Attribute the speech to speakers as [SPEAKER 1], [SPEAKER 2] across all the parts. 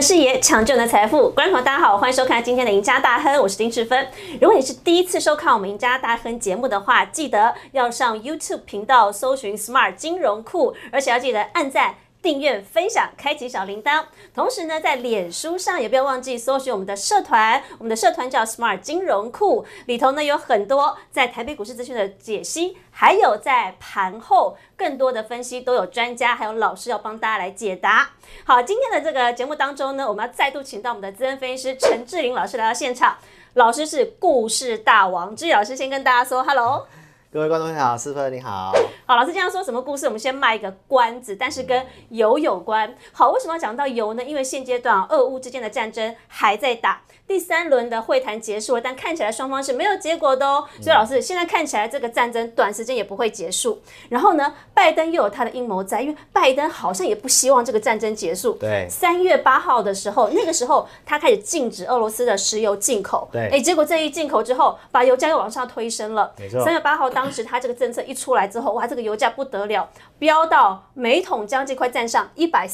[SPEAKER 1] 视野，抢救你的财富。观众朋友大家好，欢迎收看今天的赢家大亨，我是丁志芬。如果你是第一次收看我们赢家大亨节目的话，记得要上 YouTube 频道搜寻 Smart 金融库，而且要记得按赞、订阅、分享、开启小铃铛。同时呢，在脸书上也不要忘记搜寻我们的社团，我们的社团叫 Smart 金融库，里头呢有很多在台北股市资讯的解析，还有在盘后更多的分析，都有专家还有老师要帮大家来解答。好，今天的这个节目当中呢，我们要再度请到我们的资深分析师陈志霖老师来到现场。老师是故事大王，志霖老师先跟大家说 hello。
[SPEAKER 2] 各位观众你好，思芬你好。
[SPEAKER 1] 好，老师这样说什么故事？我们先卖一个关子，但是跟油有关。好，为什么要讲到油呢？因为现阶段俄乌之间的战争还在打，第3轮的会谈结束了，但看起来双方是没有结果的哦。所以老师，现在看起来这个战争短时间也不会结束。然后呢，拜登又有他的阴谋在，因为拜登好像也不希望这个战争结束。
[SPEAKER 2] 对。
[SPEAKER 1] 3月8号的时候，那个时候他开始禁止俄罗斯的石油进口。
[SPEAKER 2] 对。
[SPEAKER 1] 结果这一进口之后，把油价又往上推升了。
[SPEAKER 2] 没错。
[SPEAKER 1] 3月8号当时他这个政策一出来之后，哇，这个油价不得了，飙到每桶将近快站上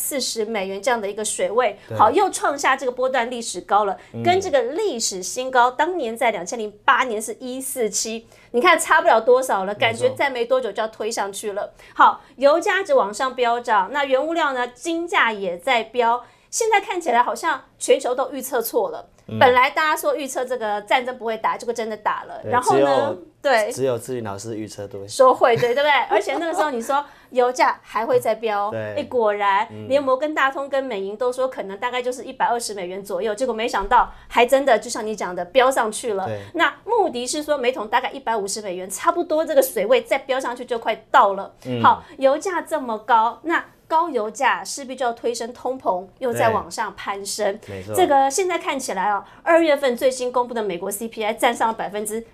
[SPEAKER 1] $140这样的一个水位。好，又创下这个波段历史高了，跟这个历史新高，当年在2008年是147，你看差不了多少了，感觉再没多久就要推上去了。好，油价只往上飙涨，那原物料呢，金价也在飙。现在看起来好像全球都预测错了。本来大家说预测这个战争不会打，结果真的打了。然后呢，对，
[SPEAKER 2] 只有志霖老师预测对，
[SPEAKER 1] 说会对，对不对？而且那个时候你说油价还会再飙，果然连摩根大通跟美银都说可能大概就是$120左右，结果没想到还真的就像你讲的飙上去了。那目的是说每桶大概$150，差不多这个水位再飙上去就快到了。好，油价这么高，那高油价势必就要推升通膨，又在往上攀升。这个现在看起来哦，2月份最新公布的美国 CPI 站上了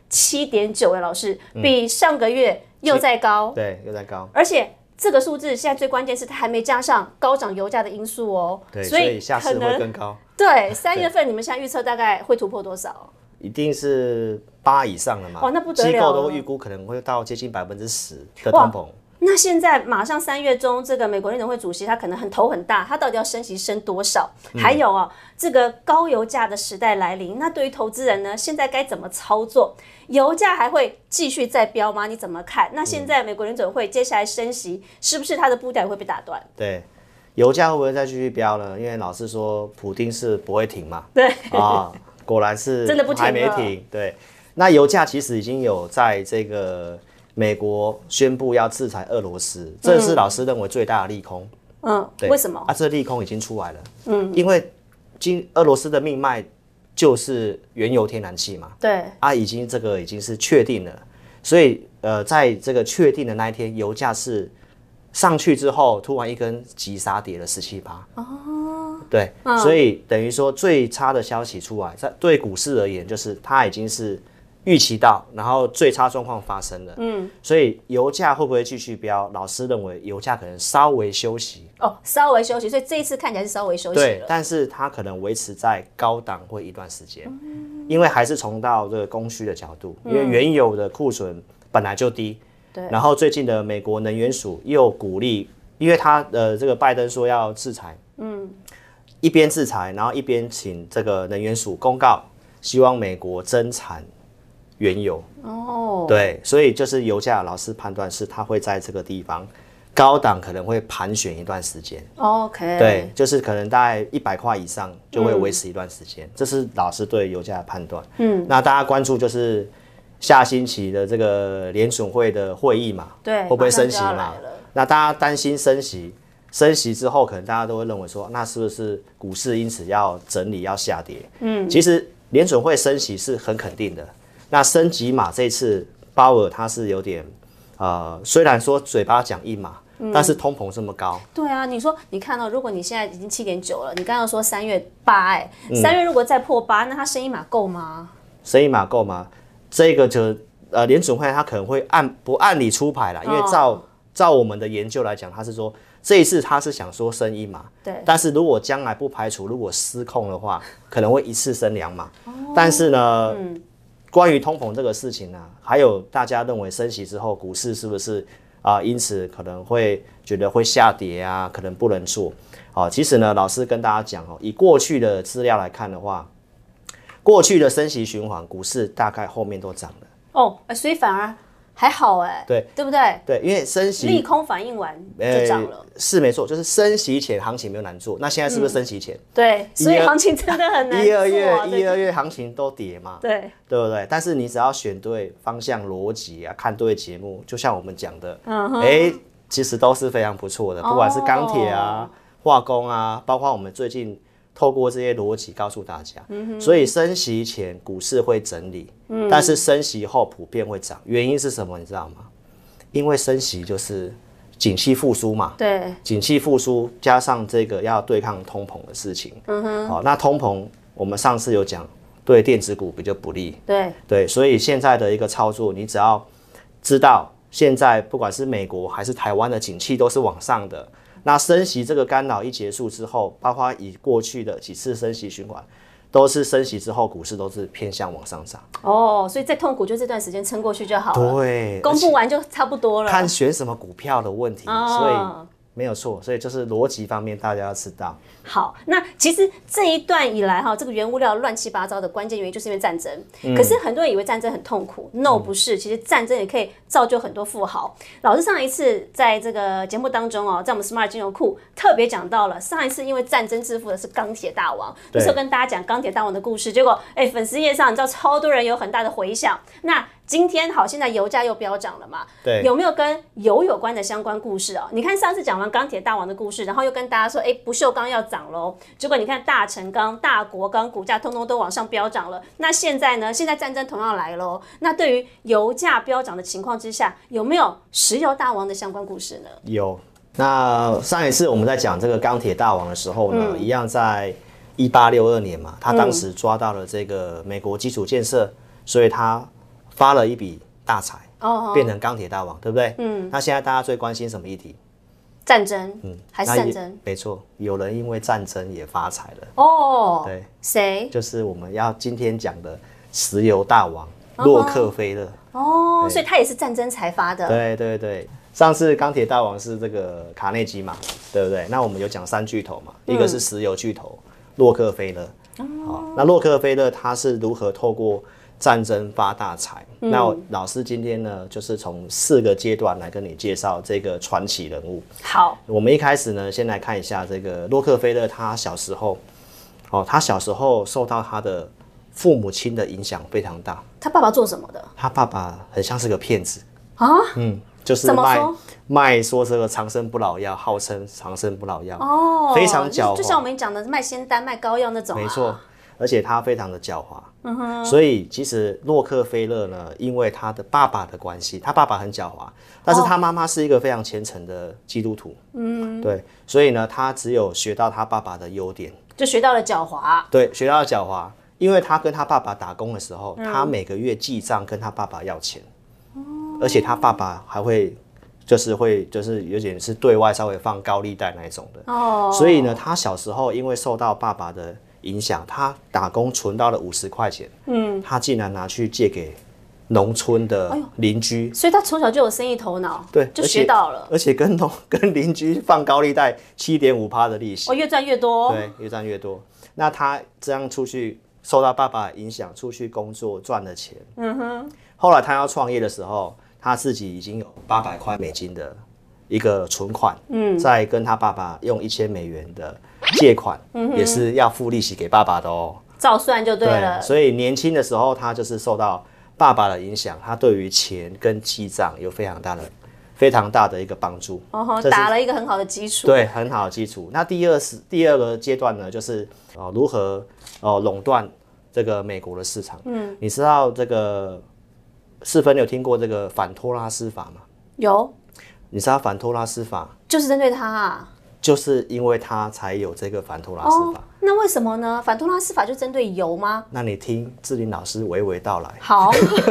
[SPEAKER 1] 7.9%，老师比上个月又在高，
[SPEAKER 2] 对，又在高，
[SPEAKER 1] 而且这个数字现在最关键是它还没加上高涨油价的因素哦，
[SPEAKER 2] 对，所以下次会更高。
[SPEAKER 1] 对，3月份你们现在预测大概会突破多少？
[SPEAKER 2] 一定是8以上了嘛？
[SPEAKER 1] 哇，那不得了了！
[SPEAKER 2] 机构都预估可能会到接近10%的通膨。
[SPEAKER 1] 那现在马上3月中，这个美国联准会主席他可能头很大，他到底要升息升多少？还有啊，这个高油价的时代来临，那对于投资人呢，现在该怎么操作？油价还会继续再飙吗？你怎么看？那现在美国联准会接下来升息，是不是它的步调会被打断？
[SPEAKER 2] 对，油价会不会再继续飙呢？因为老师说普丁是不会停嘛。
[SPEAKER 1] 对
[SPEAKER 2] 啊，果然是
[SPEAKER 1] 真的不停了，
[SPEAKER 2] 还没停。对，那油价其实已经有在这个美国宣布要制裁俄罗斯，这是老师认为最大的利空。
[SPEAKER 1] 对，为什么？
[SPEAKER 2] 这利空已经出来了。因为俄罗斯的命脉就是原油天然气嘛。
[SPEAKER 1] 对。
[SPEAKER 2] 已经是确定了，所以在这个确定的那一天，油价是上去之后，突然一根急杀跌了17%。对，所以等于说最差的消息出来，对股市而言，就是它已经是预期到，然后最差状况发生了。所以油价会不会继续飙？老师认为油价可能稍微休息。
[SPEAKER 1] 稍微休息，所以这一次看起来是稍微休息了。
[SPEAKER 2] 对，但是它可能维持在高档会一段时间，因为还是从到这个供需的角度，因为原油的库存本来就低。然后最近的美国能源署又鼓励，因为他这个拜登说要制裁，一边制裁，然后一边请这个能源署公告，希望美国增产原油。对，所以就是油价，老师判断是它会在这个地方高档可能会盘旋一段时间。
[SPEAKER 1] OK。
[SPEAKER 2] 对，就是可能大概100块以上就会维持一段时间，这是老师对油价的判断。那大家关注就是下星期的这个联准会的会议嘛，
[SPEAKER 1] 对，
[SPEAKER 2] 会不会升息嘛？那大家担心升息之后，可能大家都会认为说，那是不是股市因此要整理要下跌？其实联准会升息是很肯定的。那升级码这次鲍尔他是有点虽然说嘴巴讲1码，但是通膨这么高。
[SPEAKER 1] 对啊，你说你看到，如果你现在已经7.9了，你刚刚说3月8，3月如果再破8，那它升1码够吗？
[SPEAKER 2] 升1码够吗？这个就联准会他可能会不按理出牌啦，因为照我们的研究来讲，他是说这一次他是想说升1码，
[SPEAKER 1] 对，
[SPEAKER 2] 但是如果将来不排除如果失控的话，可能会一次升2码。但是呢，关于通膨这个事情呢，还有大家认为升息之后股市是不是因此可能会觉得会下跌啊，可能不能做。其实呢，老师跟大家讲以过去的资料来看的话，过去的升息循环，股市大概后面都涨了。
[SPEAKER 1] 所以反而还好对不对？
[SPEAKER 2] 对，因为升息
[SPEAKER 1] 利空反应完就涨了，
[SPEAKER 2] 是没错，就是升息前行情没有难做。那现在是不是升息前？
[SPEAKER 1] 对，所以行情真的很难做。
[SPEAKER 2] 一二月行情都跌嘛，对不对？但是你只要选对方向、逻辑啊，看对节目，就像我们讲的，其实都是非常不错的，不管是钢铁啊、化工啊，包括我们最近透过这些逻辑告诉大家，所以升息前股市会整理，但是升息后普遍会涨。原因是什么？你知道吗？因为升息就是景气复苏嘛，
[SPEAKER 1] 对，
[SPEAKER 2] 景气复苏加上这个要对抗通膨的事情，那通膨我们上次有讲，对电子股比较不利，对，所以现在的一个操作，你只要知道现在不管是美国还是台湾的景气都是往上的。那升息这个干扰一结束之后，包括以过去的几次升息循环，都是升息之后股市都是偏向往上涨。
[SPEAKER 1] 所以再痛苦就这段时间撑过去就好了。
[SPEAKER 2] 对，
[SPEAKER 1] 公布完就差不多了。
[SPEAKER 2] 看选什么股票的问题，所以没有错，所以就是逻辑方面大家要知道。
[SPEAKER 1] 好，那其实这一段以来这个原物料乱七八糟的关键原因就是因为战争。可是很多人以为战争很痛苦，no 不是，其实战争也可以造就很多富豪。老师上一次在这个节目当中在我们 Smart 金融库特别讲到了，上一次因为战争致富的是钢铁大王，那时候跟大家讲钢铁大王的故事，结果粉丝页上你知道超多人有很大的回响。那今天现在油价又飙涨了嘛？
[SPEAKER 2] 对，
[SPEAKER 1] 有没有跟油有关的相关故事你看上次讲完钢铁大王的故事，然后又跟大家说，不锈钢要涨喽。结果你看大成钢、大国钢股价通通都往上飙涨了。那现在呢？现在战争同样来喽。那对于油价飙涨的情况之下，有没有石油大王的相关故事呢？
[SPEAKER 2] 有。那上一次我们在讲这个钢铁大王的时候呢，一样在1862年嘛，他当时抓到了这个美国基础建设，所以他发了一笔大财，变成钢铁大王，对不对？那现在大家最关心什么议题？
[SPEAKER 1] 战争，还是战争？
[SPEAKER 2] 没错，有人因为战争也发财了。对，
[SPEAKER 1] 谁？
[SPEAKER 2] 就是我们要今天讲的石油大王洛克菲勒。
[SPEAKER 1] 所以他也是战争才发的。
[SPEAKER 2] 对，上次钢铁大王是这个卡内基嘛，对不对？那我们有讲3巨头嘛，一个是石油巨头洛克菲勒。那洛克菲勒他是如何透过战争发大财？那老师今天呢，就是从4个阶段来跟你介绍这个传奇人物。
[SPEAKER 1] 好，
[SPEAKER 2] 我们一开始呢，先来看一下这个洛克菲勒，他小时候受到他的父母亲的影响非常大。
[SPEAKER 1] 他爸爸做什么的？
[SPEAKER 2] 他爸爸很像是个骗子
[SPEAKER 1] 啊，
[SPEAKER 2] 就是卖说这个长生不老药，号称长生不老药，非常狡猾，
[SPEAKER 1] 就像我们讲的卖仙丹、卖膏药那种。
[SPEAKER 2] 没错。而且他非常的狡猾，所以其实洛克菲勒呢，因为他的爸爸的关系，他爸爸很狡猾，但是他妈妈是一个非常虔诚的基督徒，对，所以呢，他只有学到他爸爸的优点，
[SPEAKER 1] 就学到了狡猾，
[SPEAKER 2] 对，学到了狡猾，因为他跟他爸爸打工的时候，他每个月记账跟他爸爸要钱，而且他爸爸还会有点是对外稍微放高利贷那一种的，所以呢，他小时候因为受到爸爸的影响，他打工存到了50块钱，他竟然拿去借给农村的邻居，
[SPEAKER 1] 所以他从小就有生意头脑，
[SPEAKER 2] 对，
[SPEAKER 1] 就学到了，
[SPEAKER 2] 而且跟邻居放高利贷7.5%的利息，
[SPEAKER 1] 越赚越多，
[SPEAKER 2] 对，越赚越多。那他这样出去受到爸爸的影响，出去工作赚了钱，后来他要创业的时候，他自己已经有800块美金的一个存款，再跟他爸爸用1000美元的借款，也是要付利息给爸爸的哦。
[SPEAKER 1] 照算就对了。
[SPEAKER 2] 所以年轻的时候，他就是受到爸爸的影响，他对于钱跟记账有非常大的一个帮助。
[SPEAKER 1] 打了一个很好的基础。
[SPEAKER 2] 对，很好的基础。那第二个阶段呢，就是如何垄断这个美国的市场。你知道这个世芬有听过这个反托拉斯法吗？
[SPEAKER 1] 有。
[SPEAKER 2] 你知道反托拉斯法
[SPEAKER 1] 就是针对他啊？
[SPEAKER 2] 就是因为他才有这个反托拉斯法。
[SPEAKER 1] 那为什么呢？反托拉斯法就针对油吗？
[SPEAKER 2] 那你听志玲老师娓娓道来。
[SPEAKER 1] 好。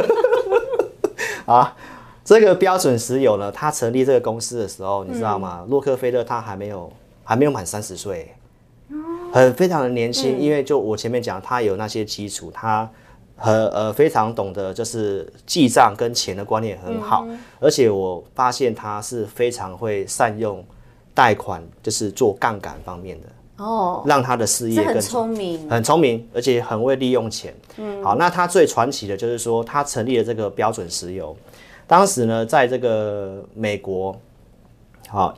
[SPEAKER 2] 这个标准石油呢，他成立这个公司的时候，你知道吗？洛克菲勒他还没有满30岁，非常的年轻。因为就我前面讲，他有那些基础，他非常懂得就是记账跟钱的观念很好，而且我发现他是非常会善用贷款，就是做杠杆方面的。让他的事业更
[SPEAKER 1] 很聪明，
[SPEAKER 2] 很聪明，而且很会利用钱。好，那他最传奇的就是说，他成立了这个标准石油。当时呢，在这个美国，好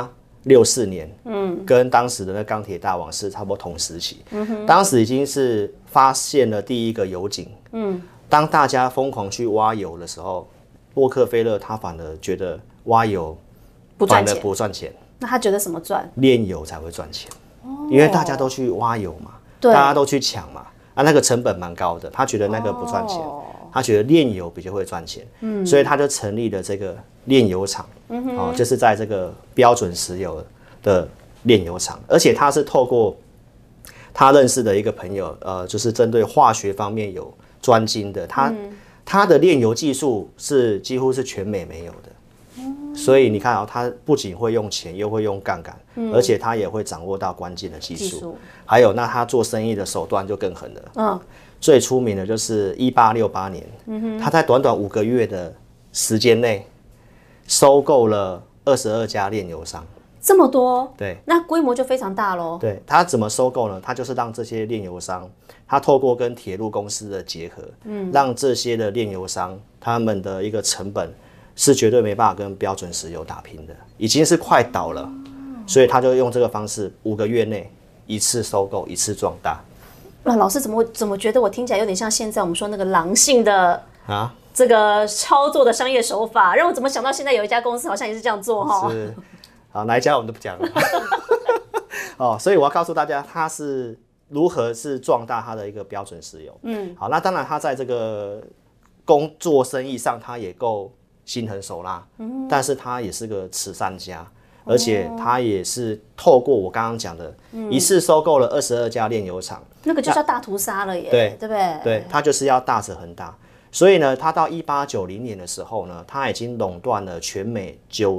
[SPEAKER 2] ，1864年，跟当时的那钢铁大王是差不多同时期。当时已经是发现了第一个油井。当大家疯狂去挖油的时候，洛克菲勒他反而觉得挖油反而不赚钱。
[SPEAKER 1] 那他觉得什么赚？
[SPEAKER 2] 炼油才会赚钱。因为大家都去挖油嘛，大家都去抢嘛，那个成本蛮高的，他觉得那个不赚钱，他觉得炼油比较会赚钱，所以他就成立了这个炼油厂，就是在这个标准石油的炼油厂，而且他是透过他认识的一个朋友，就是针对化学方面有专精的，他的炼油技术是几乎是全美没有的。所以你看他不仅会用钱，又会用杠杆，而且他也会掌握到关键的技术。还有，那他做生意的手段就更狠了。最出名的就是1868年，他在短短5个月的时间内，收购了22家炼油商。
[SPEAKER 1] 这么多？
[SPEAKER 2] 对，
[SPEAKER 1] 那规模就非常大喽。
[SPEAKER 2] 对，他怎么收购呢？他就是让这些炼油商，他透过跟铁路公司的结合，让这些的炼油商他们的一个成本。是绝对没办法跟标准石油打拼的，已经是快倒了，所以他就用这个方式，5个月内一次收购，一次壮大。
[SPEAKER 1] 老师怎么觉得我听起来有点像现在我们说那个狼性的这个操作的商业手法？让我怎么想到现在有一家公司好像也是这样做哈？
[SPEAKER 2] 是，好，哪一家我们都不讲了。所以我要告诉大家，他是如何是壮大他的一个标准石油。好，那当然他在这个工作生意上，他也够。心狠手辣，但是他也是个慈善家，而且他也是透过我刚刚讲的，一次收购了22家炼油厂，
[SPEAKER 1] 那个就叫大屠杀了耶，对不对？
[SPEAKER 2] 对，他就是要大者恒大，所以呢，他到1890年的时候呢，他已经垄断了全美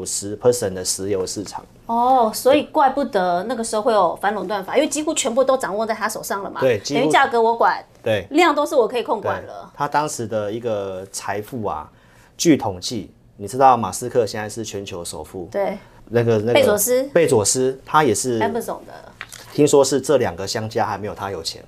[SPEAKER 2] 90% 的石油市场。
[SPEAKER 1] 所以怪不得那个时候会有反垄断法，因为几乎全部都掌握在他手上了嘛。
[SPEAKER 2] 对，
[SPEAKER 1] 等于价格我管，
[SPEAKER 2] 对，
[SPEAKER 1] 量都是我可以控管了。
[SPEAKER 2] 他当时的一个财富啊。据统计，你知道马斯克现在是全球首富，
[SPEAKER 1] 对，
[SPEAKER 2] 那个贝佐斯，他也是
[SPEAKER 1] Amazon 的，
[SPEAKER 2] 听说是这2个相加还没有他有钱，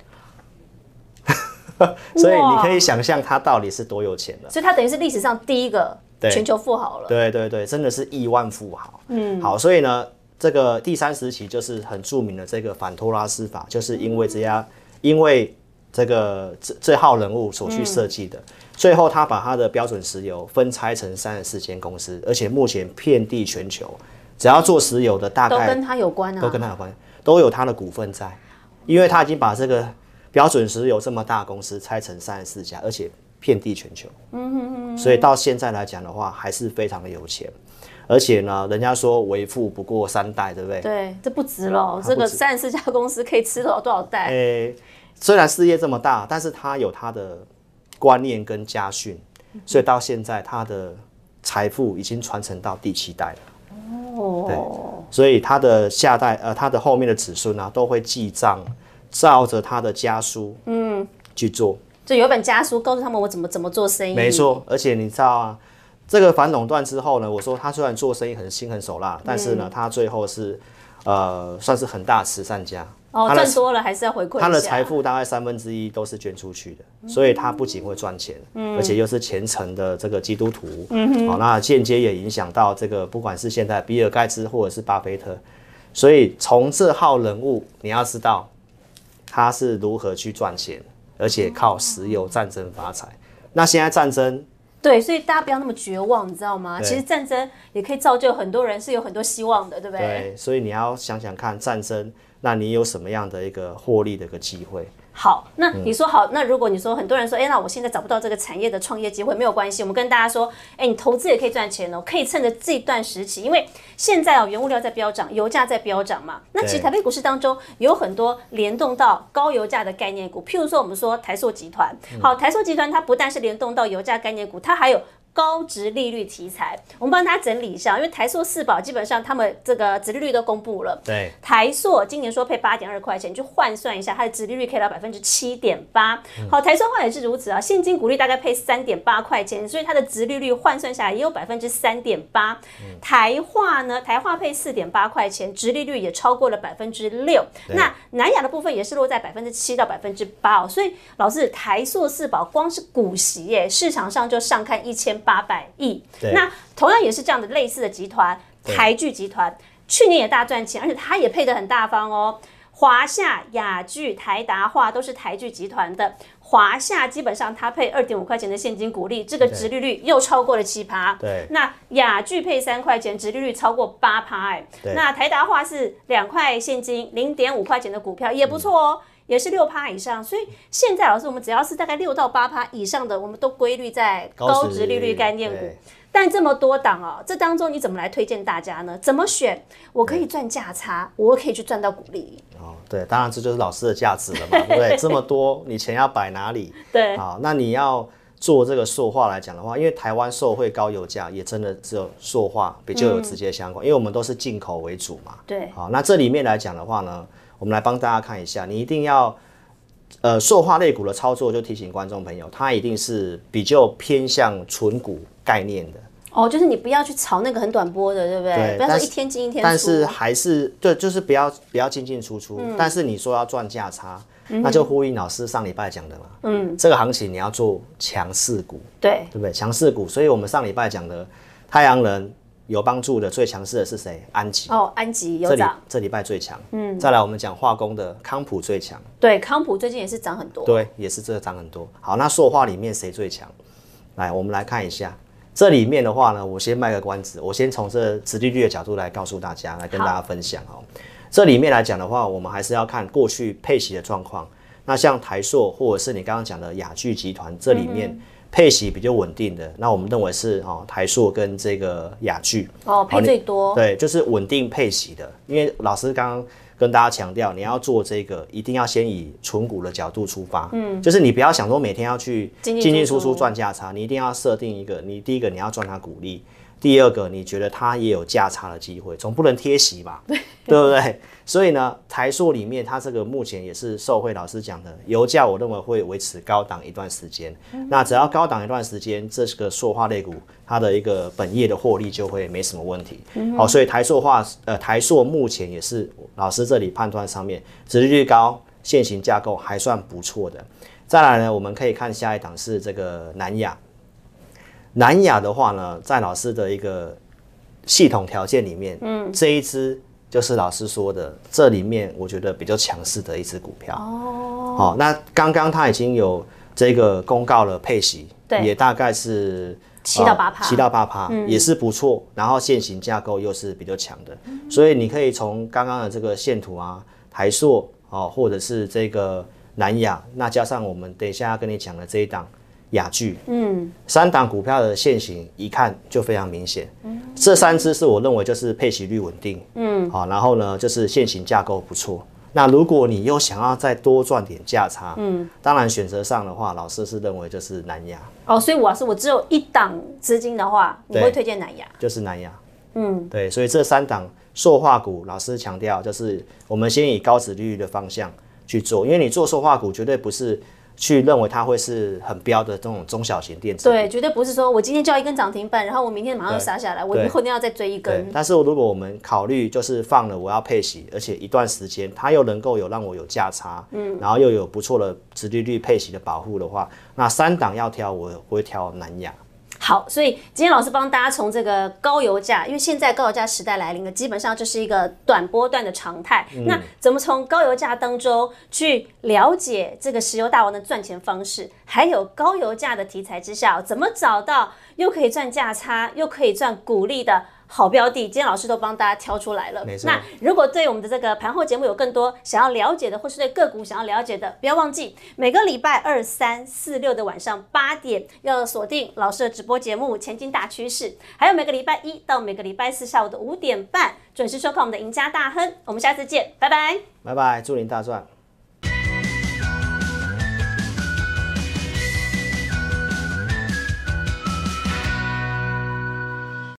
[SPEAKER 2] 所以你可以想象他到底是多有钱了。
[SPEAKER 1] 所以他等于是历史上第一个全球富豪了。
[SPEAKER 2] 对对对，真的是亿万富豪。好，所以呢，这个第3时期就是很著名的这个反托拉斯法，就是因为这号人物所去设计的。最后，他把他的标准石油分拆成34间公司，而且目前遍地全球，只要做石油的大概
[SPEAKER 1] 都跟他有关啊，
[SPEAKER 2] 都跟他有关，都有他的股份在，因为他已经把这个标准石油这么大公司拆成34家，而且遍地全球。所以到现在来讲的话，还是非常的有钱。而且呢，人家说为富不过3代，对不对？
[SPEAKER 1] 对，这不值了。这个34家公司可以吃多少代？
[SPEAKER 2] 虽然事业这么大，但是他有他的观念跟家训，所以到现在他的财富已经传承到第7代了。对，所以他的下代他的后面的子孙啊，都会记账，照着他的家书去做。
[SPEAKER 1] 就有一本家书告诉他们我怎么做生意。
[SPEAKER 2] 没错，而且你知道啊，这个反垄断之后呢，我说他虽然做生意很心狠手辣，但是呢，他最后是算是很大慈善家。
[SPEAKER 1] 赚多了还是要回馈一下。
[SPEAKER 2] 他的财富大概1/3都是捐出去的，所以他不仅会赚钱，而且又是虔诚的这个基督徒。那间接也影响到这个不管是现在比尔盖茨或者是巴菲特。所以从这号人物，你要知道他是如何去赚钱，而且靠石油战争发财。那现在战争。
[SPEAKER 1] 对，所以大家不要那么绝望，你知道吗？其实战争也可以造就很多人是有很多希望的，对不对？
[SPEAKER 2] 对，所以你要想想看，战争，那你有什么样的一个获利的一个机会？
[SPEAKER 1] 好，那你说好，那如果你说很多人说，那我现在找不到这个产业的创业机会，没有关系，我们跟大家说，你投资也可以赚钱哦，可以趁着这段时期，因为现在原物料在飙涨，油价在飙涨嘛。那其实台北股市当中有很多联动到高油价的概念股，譬如说我们说台塑集团，好，台塑集团它不但是联动到油价概念股，它还有高殖利率题材，我们帮大家整理一下，因为台塑四宝基本上他们这个殖利率都公布了。
[SPEAKER 2] 对，
[SPEAKER 1] 台塑今年说配8.2块钱，就换算一下，它的殖利率可以到7.8%。好，台塑化也是如此啊，现金股利大概配3.8块钱，所以它的殖利率换算下来也有3.8%。台化呢，台化配4.8块钱，殖利率也超过了6%。那南亚的部分也是落在7%到8%哦，所以老师，台塑四宝光是股息耶，市场上就上看1800亿。那同样也是这样的类似的集团，台聚集团去年也大赚钱，而且它也配得很大方哦。华夏、雅聚、台达化都是台聚集团的。华夏基本上它配2.5块钱的现金股利，这个殖利率又超过了7%。
[SPEAKER 2] 对，
[SPEAKER 1] 那雅聚配3块钱，殖利率超过8%。那台达化是2块现金，0.5块钱的股票也不错哦。也是6%以上，所以现在老师，我们只要是大概6到8%以上的，我们都归类在高殖利率概念股。但这么多档哦，这当中你怎么来推荐大家呢？怎么选？我可以赚价差，我可以去赚到股利。
[SPEAKER 2] 哦，对，当然这就是老师的价值了嘛，对不对？这么多，你钱要摆哪里？
[SPEAKER 1] 对，
[SPEAKER 2] 好，那你要做这个塑化来讲的话，因为台湾受惠高油价，也真的只有塑化比较有直接相关，因为我们都是进口为主嘛。
[SPEAKER 1] 对，
[SPEAKER 2] 好，那这里面来讲的话呢，我们来帮大家看一下，你一定要，塑化类股的操作，就提醒观众朋友，它一定是比较偏向纯股概念的。
[SPEAKER 1] 哦，就是你不要去炒那个很短波的，对不对？
[SPEAKER 2] 对，
[SPEAKER 1] 不要说一天进一天出。
[SPEAKER 2] 但是还是对，就是不要进进出出。但是你说要赚价差，那就呼应老师上礼拜讲的嘛。这个行情你要做强势股，对不对？强势股，所以我们上礼拜讲的太阳能有帮助的最强势的是谁？安吉。
[SPEAKER 1] 哦，安吉有涨，
[SPEAKER 2] 这礼拜最强。再来我们讲化工的康普最强。
[SPEAKER 1] 对，康普最近也是涨很多。
[SPEAKER 2] 对，也是这个涨很多。好，那塑化里面谁最强？来，我们来看一下。这里面的话呢，我先卖个关子，我先从这殖利率的角度来告诉大家，来跟大家分享哦。这里面来讲的话，我们还是要看过去配息的状况。那像台塑或者是你刚刚讲的雅聚集团，这里面配息比较稳定的，那我们认为是台塑跟这个雅聚
[SPEAKER 1] 配最多。
[SPEAKER 2] 对，就是稳定配息的。因为老师刚刚跟大家强调，你要做这个，一定要先以纯股的角度出发。就是你不要想说每天要去进进出出赚价差，你一定要设定一个，你第一个你要赚它股利，第二个你觉得它也有价差的机会，总不能贴息吧？对不对？所以呢，台塑里面它这个目前也是受惠老师讲的，油价我认为会维持高档一段时间。那只要高档一段时间，这个塑化类股它的一个本业的获利就会没什么问题。好，所以台塑目前也是老师这里判断上面殖利率高，现行架构还算不错的。再来呢，我们可以看下一档是这个南亚。南亚的话呢，在老师的一个系统条件里面，这一支就是老师说的，这里面我觉得比较强势的一支股票。好，那刚刚他已经有这个公告了配息，也大概是
[SPEAKER 1] 7到8%，
[SPEAKER 2] 也是不错。然后现行架构又是比较强的，所以你可以从刚刚的这个线图啊，台塑或者是这个南亚，那加上我们等一下要跟你讲的这一档雅聚，3档股票的现行一看就非常明显。这3支是我认为就是配息率稳定，好，然后呢就是现行架构不错。那如果你又想要再多赚点价差，当然选择上的话，老师是认为就是南亚。
[SPEAKER 1] 哦，所以我只有一档资金的话，你会推荐南亚？
[SPEAKER 2] 就是南亚。对，所以这3档塑化股，老师强调就是我们先以高殖利率的方向去做，因为你做塑化股绝对不是去认为它会是很标的这种中小型电子股，
[SPEAKER 1] 对，绝对不是说我今天就要一根涨停板，然后我明天马上就杀下来，我后天要再追一根。
[SPEAKER 2] 但是如果我们考虑就是放了我要配息，而且一段时间它又能够让我有价差，然后又有不错的殖利率配息的保护的话，那3档要挑我会挑南亚。
[SPEAKER 1] 好，所以今天老师帮大家从这个高油价，因为现在高油价时代来临了，基本上就是一个短波段的常态。那怎么从高油价当中去了解这个石油大王的赚钱方式，还有高油价的题材之下，怎么找到又可以赚价差，又可以赚股利的好标的，今天老师都帮大家挑出来了。那如果对我们的这个盘后节目有更多想要了解的，或是对个股想要了解的，不要忘记每个礼拜2、3、4、6的晚上8点要锁定老师的直播节目《前进大趋势》，还有每个礼拜1到每个礼拜4下午的5点半准时收看我们的赢家大亨。我们下次见，拜拜，
[SPEAKER 2] 拜拜，祝您大赚。